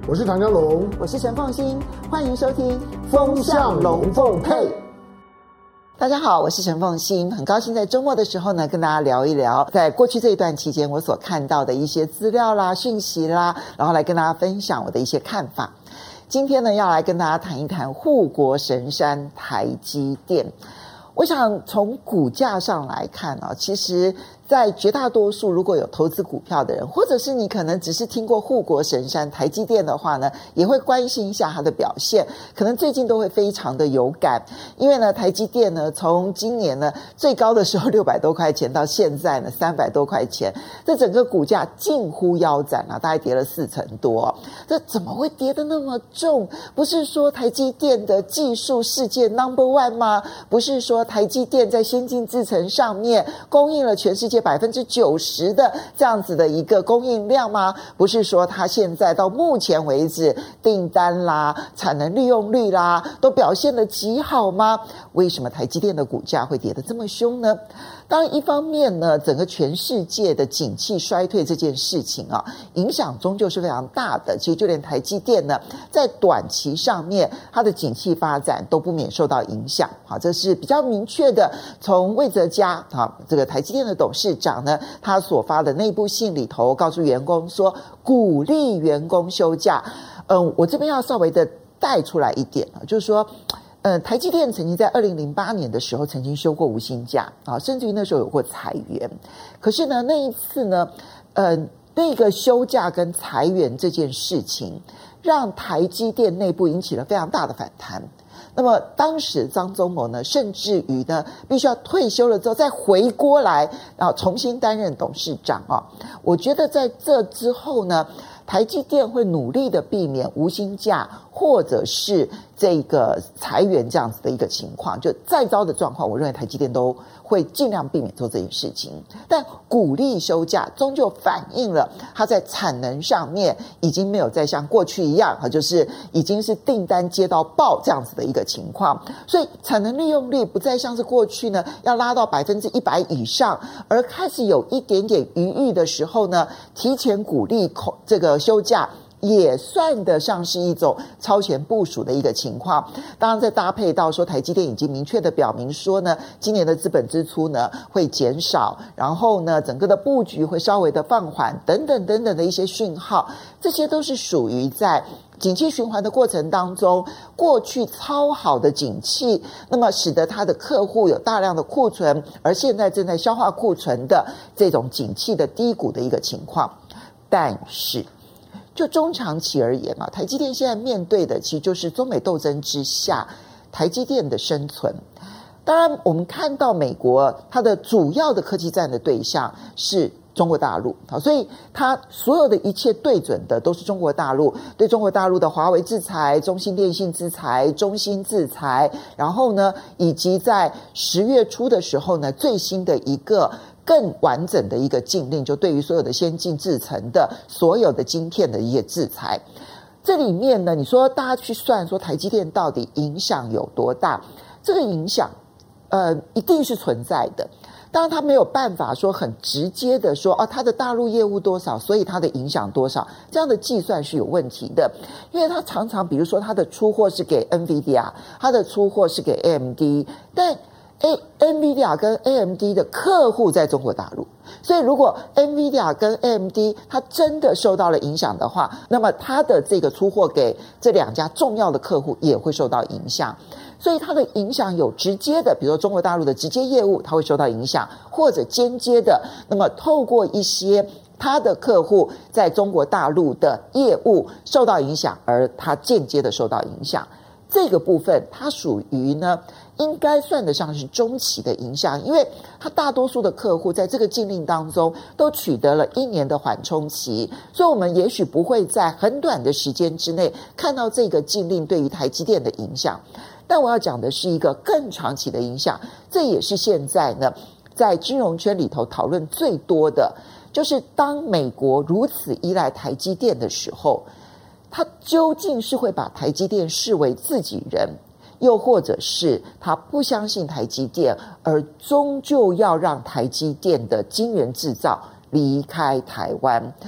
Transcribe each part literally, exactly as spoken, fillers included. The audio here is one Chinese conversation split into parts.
我是唐湘龙， 我是陈凤馨，欢迎收听风向龙凤配。 大家好，我是陈凤馨，很高兴在周末的时候呢，跟大家聊一聊在过去这一段期间我所看到的一些资料啦、讯息啦，然后来跟大家分享我的一些看法。今天呢，要来跟大家谈一谈护国神山台积电。我想从股价上来看啊，其实在绝大多数如果有投资股票的人，或者是你可能只是听过护国神山台积电的话呢，也会关心一下它的表现，可能最近都会非常的有感。因为呢，台积电呢从今年呢最高的时候六百多块钱到现在呢三百多块钱，这整个股价近乎腰斩啊，大概跌了四成多。这怎么会跌得那么重？不是说台积电的技术世界 number one 吗？不是说台积电在先进制程上面供应了全世界百分之九十的这样子的一个供应量吗？不是说它现在到目前为止订单啦、产能利用率啦都表现得极好吗？为什么台积电的股价会跌得这么凶呢？当然一方面呢，整个全世界的景气衰退这件事情啊，影响终究是非常大的。其实就连台积电呢，在短期上面它的景气发展都不免受到影响。好，这是比较明确的，从魏哲家啊，这个台积电的董事长呢，他所发的内部信里头告诉员工说，鼓励员工休假。嗯，我这边要稍微的带出来一点啊，就是说呃，台积电曾经在二零零八年的时候曾经休过无薪假啊，甚至于那时候有过裁员。可是呢，那一次呢，呃，那个休假跟裁员这件事情，让台积电内部引起了非常大的反弹。那么当时张忠谋呢，甚至于呢，必须要退休了之后再回锅来，然后重新担任董事长啊。我觉得在这之后呢，台积电会努力的避免无薪假或者是这个裁员这样子的一个情况，就再糟的状况，我认为台积电都会尽量避免做这件事情。但鼓励休假终究反映了它在产能上面已经没有再像过去一样，就是已经是订单接到爆这样子的一个情况，所以产能利用率不再像是过去呢要拉到百分之一百以上，而开始有一点点余裕的时候呢，提前鼓励这个休假也算得上是一种超前部署的一个情况。当然再搭配到说台积电已经明确的表明说呢，今年的资本支出呢会减少，然后呢整个的布局会稍微的放缓等等等等的一些讯号，这些都是属于在景气循环的过程当中，过去超好的景气，那么使得他的客户有大量的库存，而现在正在消化库存的这种景气的低谷的一个情况。但是就中长期而言啊，台积电现在面对的其实就是中美斗争之下台积电的生存。当然我们看到美国它的主要的科技战的对象是中国大陆，所以它所有的一切对准的都是中国大陆，对中国大陆的华为制裁、中兴电信制裁、中兴制裁，然后呢以及在十月初的时候呢，最新的一个更完整的一个禁令，就对于所有的先进制程的所有的晶片的一些制裁。这里面呢，你说大家去算说台积电到底影响有多大，这个影响呃一定是存在的。当然他没有办法说很直接的说哦，他的大陆业务多少，所以他的影响多少，这样的计算是有问题的。因为他常常比如说他的出货是给 NVIDIA， 他的出货是给 A M D， 但A NVIDIA 跟 A M D 的客户在中国大陆，所以如果 NVIDIA 跟 A M D 它真的受到了影响的话，那么它的这个出货给这两家重要的客户也会受到影响。所以它的影响有直接的，比如说中国大陆的直接业务它会受到影响，或者间接的，那么透过一些他的客户在中国大陆的业务受到影响，而他间接的受到影响。这个部分它属于呢应该算得上是中期的影响，因为它大多数的客户在这个禁令当中都取得了一年的缓冲期，所以我们也许不会在很短的时间之内看到这个禁令对于台积电的影响。但我要讲的是一个更长期的影响，这也是现在呢在金融圈里头讨论最多的，就是当美国如此依赖台积电的时候，他究竟是会把台积电视为自己人，又或者是他不相信台积电，而终究要让台积电的晶圆制造离开台湾。这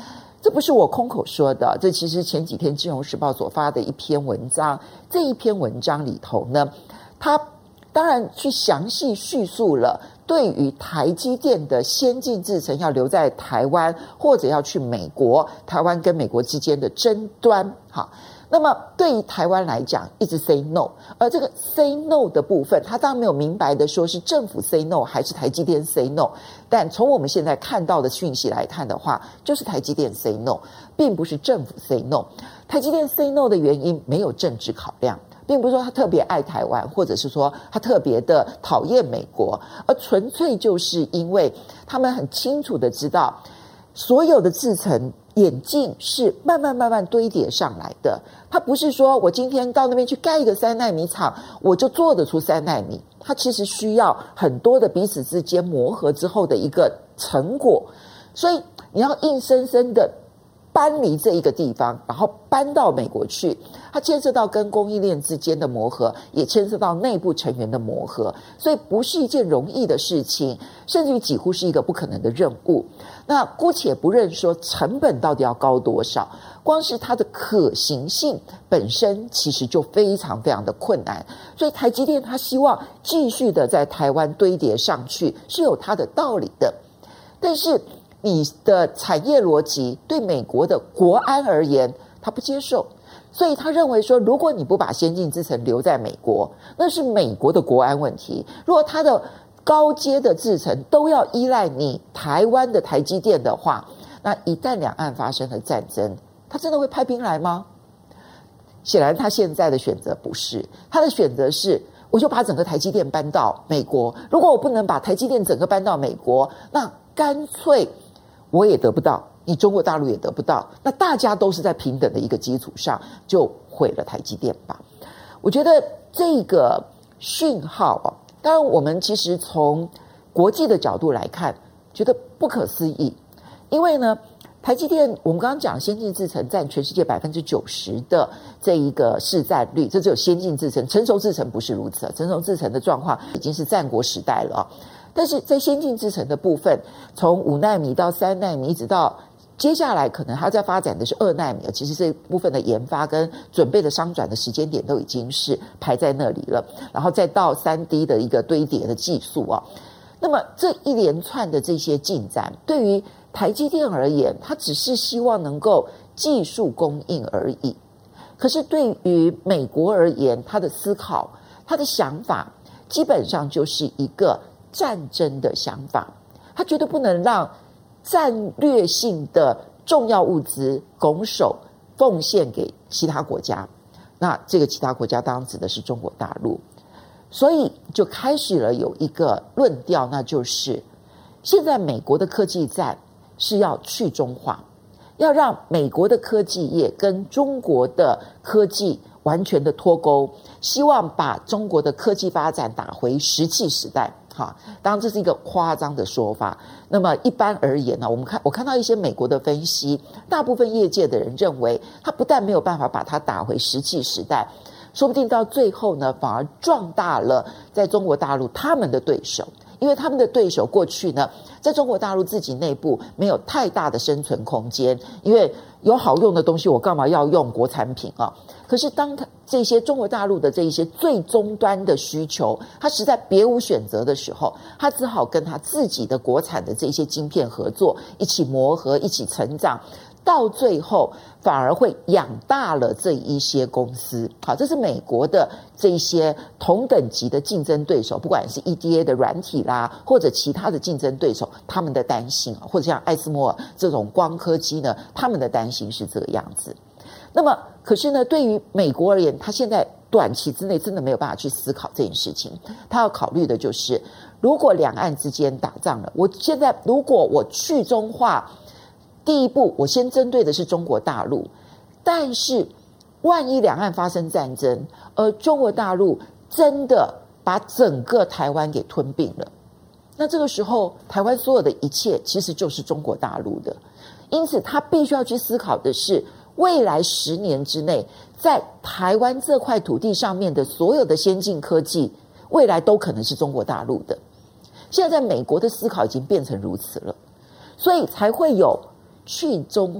这不是我空口说的，这其实前几天《金融时报》所发的一篇文章。这一篇文章里头呢，它当然去详细叙述了对于台积电的先进制程要留在台湾，或者要去美国，台湾跟美国之间的争端。好，那么对于台湾来讲，一直 say no， 而这个 say no 的部分，他当然没有明白的说是政府 say no 还是台积电 say no， 但从我们现在看到的讯息来看的话，就是台积电 say no， 并不是政府 say no。 台积电 say no 的原因没有政治考量，并不是说他特别爱台湾，或者是说他特别的讨厌美国，而纯粹就是因为他们很清楚的知道，所有的制程眼镜是慢慢慢慢堆叠上来的。它不是说我今天到那边去盖一个三奈米厂，我就做得出三奈米。它其实需要很多的彼此之间磨合之后的一个成果，所以你要硬生生的搬离这一个地方，然后搬到美国去，它牵涉到跟供应链之间的磨合，也牵涉到内部成员的磨合，所以不是一件容易的事情，甚至于几乎是一个不可能的任务。那姑且不论说成本到底要高多少，光是它的可行性本身其实就非常非常的困难，所以台积电它希望继续的在台湾堆叠上去是有它的道理的。但是你的产业逻辑对美国的国安而言，他不接受，所以他认为说，如果你不把先进制程留在美国，那是美国的国安问题。如果他的高阶的制程都要依赖你台湾的台积电的话，那一旦两岸发生了战争，他真的会派兵来吗？显然他现在的选择不是，他的选择是我就把整个台积电搬到美国。如果我不能把台积电整个搬到美国，那干脆我也得不到，你中国大陆也得不到，那大家都是在平等的一个基础上就毁了台积电吧。我觉得这个讯号啊，当然我们其实从国际的角度来看觉得不可思议，因为呢台积电我们刚刚讲先进制程占全世界 百分之九十 的这一个市占率，这只有先进制程，成熟制程不是如此，成熟制程的状况已经是战国时代了。但是在先进制程的部分，从五奈米到三奈米，一直到接下来可能它在发展的是二奈米，其实这部分的研发跟准备的商转的时间点都已经是排在那里了，然后再到 三 D 的一个堆叠的技术啊。那么这一连串的这些进展，对于台积电而言，它只是希望能够技术供应而已。可是对于美国而言，他的思考，他的想法基本上就是一个战争的想法，他绝对不能让战略性的重要物资拱手奉献给其他国家。那这个其他国家当然指的是中国大陆，所以就开始了有一个论调，那就是现在美国的科技战是要去中化，要让美国的科技业跟中国的科技完全的脱钩，希望把中国的科技发展打回石器时代。哈，当然这是一个夸张的说法。那么一般而言呢，我们看我看到一些美国的分析，大部分业界的人认为，他不但没有办法把它打回石器时代，说不定到最后呢，反而壮大了在中国大陆他们的对手。因为他们的对手过去呢，在中国大陆自己内部没有太大的生存空间，因为有好用的东西，我干嘛要用国产品啊？可是当他这些中国大陆的这一些最终端的需求，他实在别无选择的时候，他只好跟他自己的国产的这些晶片合作，一起磨合，一起成长。到最后反而会养大了这一些公司。好，这是美国的这一些同等级的竞争对手，不管是 E D A 的软体啦，或者其他的竞争对手，他们的担心，或者像艾斯摩尔这种光刻机呢，他们的担心是这个样子。那么可是呢，对于美国而言，他现在短期之内真的没有办法去思考这件事情。他要考虑的就是，如果两岸之间打仗了，我现在如果我去中化，第一步我先针对的是中国大陆，但是万一两岸发生战争，而中国大陆真的把整个台湾给吞并了，那这个时候台湾所有的一切其实就是中国大陆的。因此他必须要去思考的是，未来十年之内，在台湾这块土地上面的所有的先进科技，未来都可能是中国大陆的。现在在美国的思考已经变成如此了，所以才会有去中化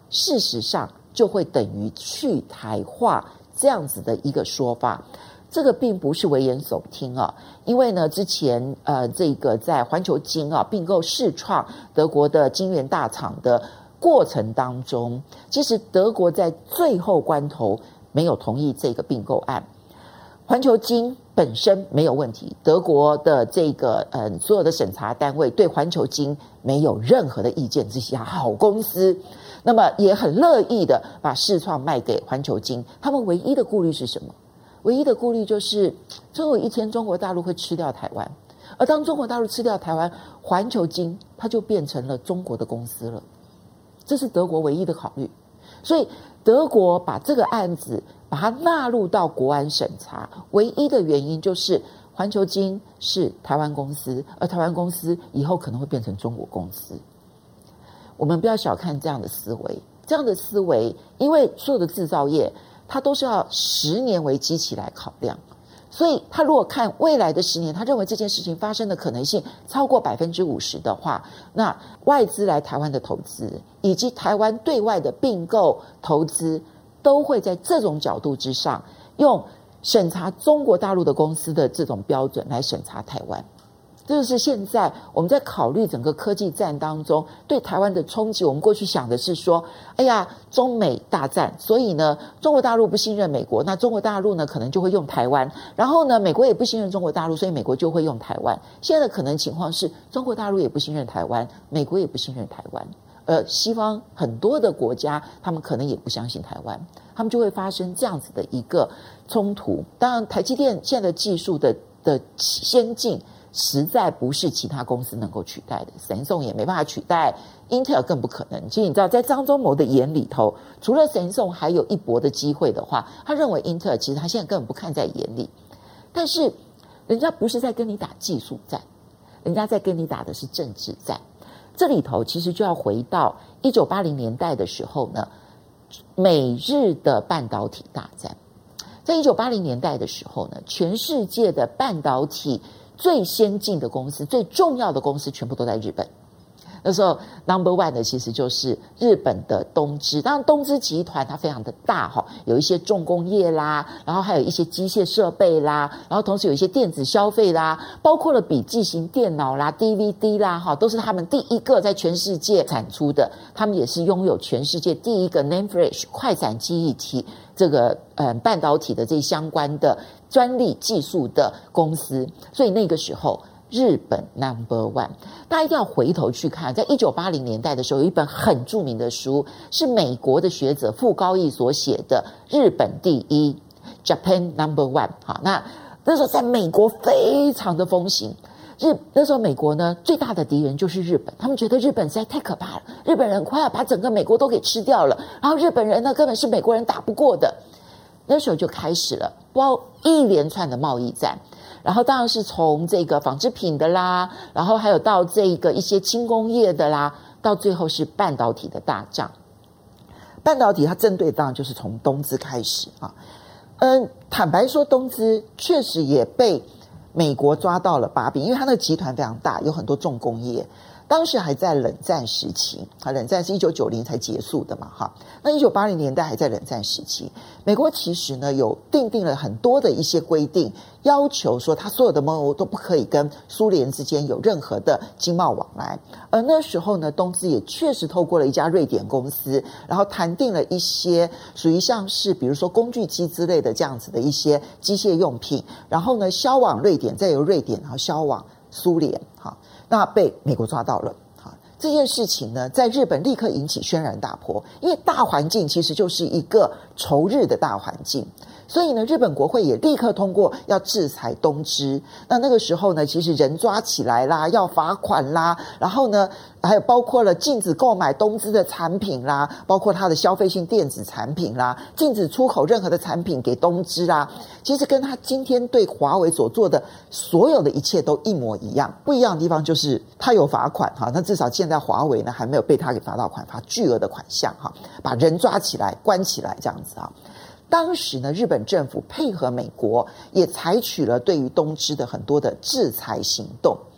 事实上就会等于去台化这样子的一个说法。这个并不是危言耸听啊，因为呢，之前呃，这个在环球晶啊并购世创德国的晶圆大厂的过程当中，其实德国在最后关头没有同意这个并购案。环球晶本身没有问题，德国的这个呃所有的审查单位对环球晶没有任何的意见，这些好公司，那么也很乐意的把世创卖给环球晶。他们唯一的顾虑是什么？唯一的顾虑就是总有一天中国大陆会吃掉台湾，而当中国大陆吃掉台湾，环球晶它就变成了中国的公司了，这是德国唯一的考虑。所以德国把这个案子把它纳入到国安审查，唯一的原因就是环球晶是台湾公司，而台湾公司以后可能会变成中国公司。我们不要小看这样的思维，这样的思维，因为所有的制造业它都是要十年为基期来考量，所以他如果看未来的十年，他认为这件事情发生的可能性超过百分之五十的话，那外资来台湾的投资以及台湾对外的并购投资都会在这种角度之上，用审查中国大陆的公司的这种标准来审查台湾。这就是现在我们在考虑整个科技战当中对台湾的冲击。我们过去想的是说，哎呀，中美大战，所以呢，中国大陆不信任美国，那中国大陆呢可能就会用台湾，然后呢，美国也不信任中国大陆，所以美国就会用台湾。现在的可能情况是，中国大陆也不信任台湾，美国也不信任台湾，呃，西方很多的国家他们可能也不相信台湾，他们就会发生这样子的一个冲突。当然，台积电现在的技术的的先进，实在不是其他公司能够取代的，神送也没办法取代， Intel 更不可能。其实你知道，在张忠谋的眼里头，除了神送还有一搏的机会的话，他认为 Intel 其实他现在根本不看在眼里。但是人家不是在跟你打技术战，人家在跟你打的是政治战。这里头其实就要回到一九八零年代的时候呢，美日的半导体大战。在一九八零年代的时候呢，全世界的半导体最先进的公司，最重要的公司全部都在日本。那时候 number one 的其实就是日本的东芝。当然东芝集团它非常的大，有一些重工业啦，然后还有一些机械设备啦，然后同时有一些电子消费啦，包括了笔记型电脑啦 D V D 啦，都是他们第一个在全世界产出的。他们也是拥有全世界第一个 NAND Flash 快闪记忆体这个呃半导体的这相关的专利技术的公司。所以那个时候日本 number one。 大家一定要回头去看，在一九八零年代的时候，有一本很著名的书，是美国的学者傅高义所写的《日本第一》 Japan number one。 好，那那时候在美国非常的风行。日那时候美国呢最大的敌人就是日本，他们觉得日本实在太可怕了，日本人快要把整个美国都给吃掉了，然后日本人呢根本是美国人打不过的。那时候就开始了包一连串的贸易战，然后当然是从这个纺织品的啦，然后还有到这个一些轻工业的啦，到最后是半导体的大战。半导体它针对当然就是从东芝开始啊。嗯，坦白说，东芝确实也被美国抓到了把柄，因为它那个集团非常大，有很多重工业。当时还在冷战时期，冷战是一九九零才结束的嘛，哈。那一九八零年代还在冷战时期，美国其实呢有订定了很多的一些规定，要求说它所有的盟友都不可以跟苏联之间有任何的经贸往来。而那时候呢，东芝也确实透过了一家瑞典公司，然后谈定了一些属于像是比如说工具机之类的这样子的一些机械用品，然后呢销往瑞典，再由瑞典然后销往苏联，哈。那被美国抓到了。这件事情呢，在日本立刻引起轩然大波，因为大环境其实就是一个仇日的大环境，所以呢，日本国会也立刻通过要制裁东芝。那那个时候呢，其实人抓起来啦，要罚款啦，然后呢，还有包括了禁止购买东芝的产品啦，包括它的消费性电子产品啦，禁止出口任何的产品给东芝啦。其实跟他今天对华为所做的所有的一切都一模一样，不一样的地方就是他有罚款哈，那至少现在华为呢还没有被他给罚到款，罚巨额的款项哈，把人抓起来关起来这样子啊。当时呢，日本政府配合美国，也采取了对于东芝的很多的制裁行动。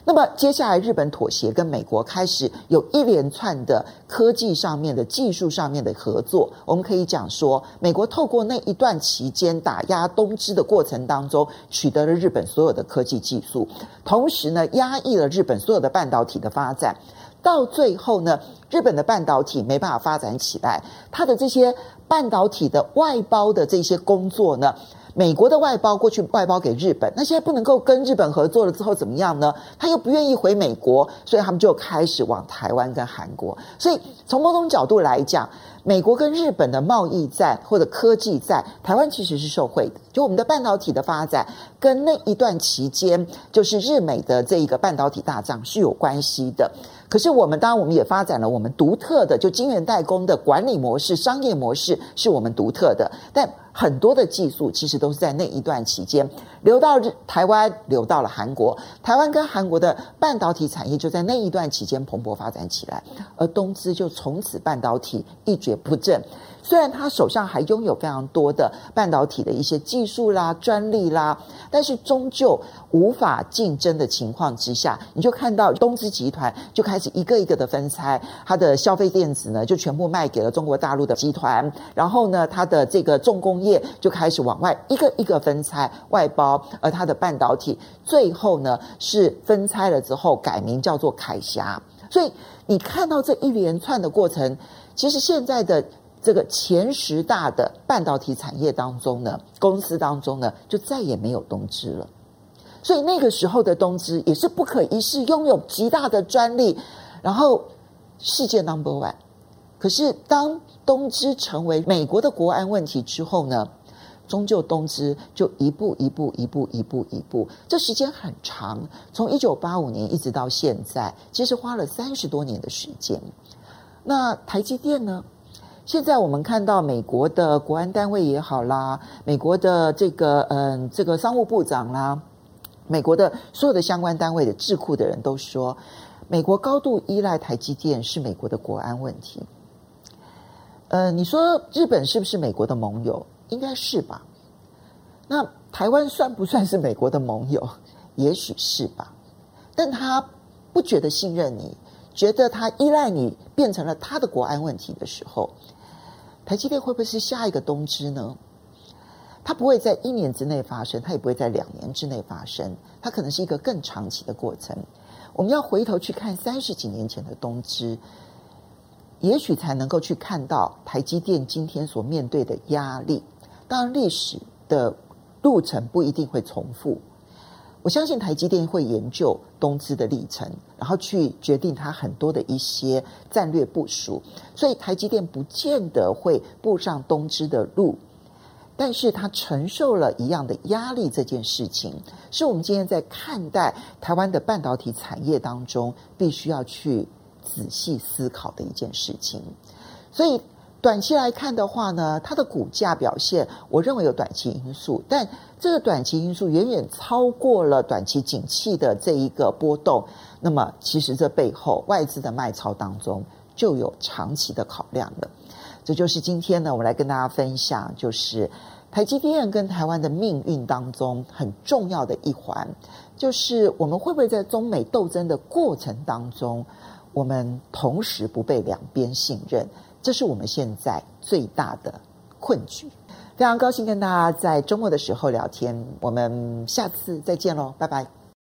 那么接下来日本妥协，跟美国开始有一连串的科技上面的技术上面的合作。我们可以讲说，美国透过那一段期间打压东芝的过程当中，取得了日本所有的科技技术，同时呢压抑了日本所有的半导体的发展。到最后呢，日本的半导体没办法发展起来，它的这些半导体的外包的这些工作呢，美国的外包过去外包给日本，那现在不能够跟日本合作了之后怎么样呢？他又不愿意回美国，所以他们就开始往台湾跟韩国。所以从某种角度来讲，美国跟日本的贸易战或者科技战，台湾其实是受惠的。就我们的半导体的发展跟那一段期间就是日美的这一个半导体大战是有关系的。可是我们当然我们也发展了我们独特的就晶圆代工的管理模式、商业模式是我们独特的，但很多的技术其实都是在那一段期间流到台湾，流到了韩国，台湾跟韩国的半导体产业就在那一段期间蓬勃发展起来，而东芝就从此半导体一蹶不振。虽然他手上还拥有非常多的半导体的一些技术啦、专利啦，但是终究无法竞争的情况之下，你就看到东芝集团就开始一个一个的分拆，它的消费电子呢就全部卖给了中国大陆的集团，然后呢它的这个重工业就开始往外一个一个分拆外包，而它的半导体最后呢是分拆了之后改名叫做凯霞。所以你看到这一连串的过程，其实现在的这个前十大的半导体产业当中呢，公司当中呢，就再也没有东芝了。所以那个时候的东芝也是不可一世，拥有极大的专利，然后世界 number one。可是当东芝成为美国的国安问题之后呢，终究东芝就一步一步一步一步一步，这时间很长，从一九八五年一直到现在，其实花了三十多年的时间。那台积电呢？现在我们看到美国的国安单位也好啦，美国的这个嗯这个商务部长啦，美国的所有的相关单位的智库的人都说，美国高度依赖台积电是美国的国安问题。呃，你说日本是不是美国的盟友？应该是吧。那台湾算不算是美国的盟友？也许是吧。但他不觉得信任你，觉得他依赖你变成了他的国安问题的时候，台积电会不会是下一个东芝呢？它不会在一年之内发生，它也不会在两年之内发生，它可能是一个更长期的过程。我们要回头去看三十几年前的东芝，也许才能够去看到台积电今天所面对的压力。当然历史的路程不一定会重复，我相信台积电会研究东芝的历程，然后去决定它很多的一些战略部署，所以台积电不见得会步上东芝的路，但是它承受了一样的压力，这件事情是我们今天在看待台湾的半导体产业当中必须要去仔细思考的一件事情。所以短期来看的话呢，它的股价表现我认为有短期因素，但这个短期因素远远超过了短期景气的这一个波动，那么其实这背后外资的卖超当中就有长期的考量了。这就是今天呢我们来跟大家分享，就是台积电跟台湾的命运当中很重要的一环，就是我们会不会在中美斗争的过程当中，我们同时不被两边信任，这是我们现在最大的困局。非常高兴跟大家在周末的时候聊天，我们下次再见咯，拜拜。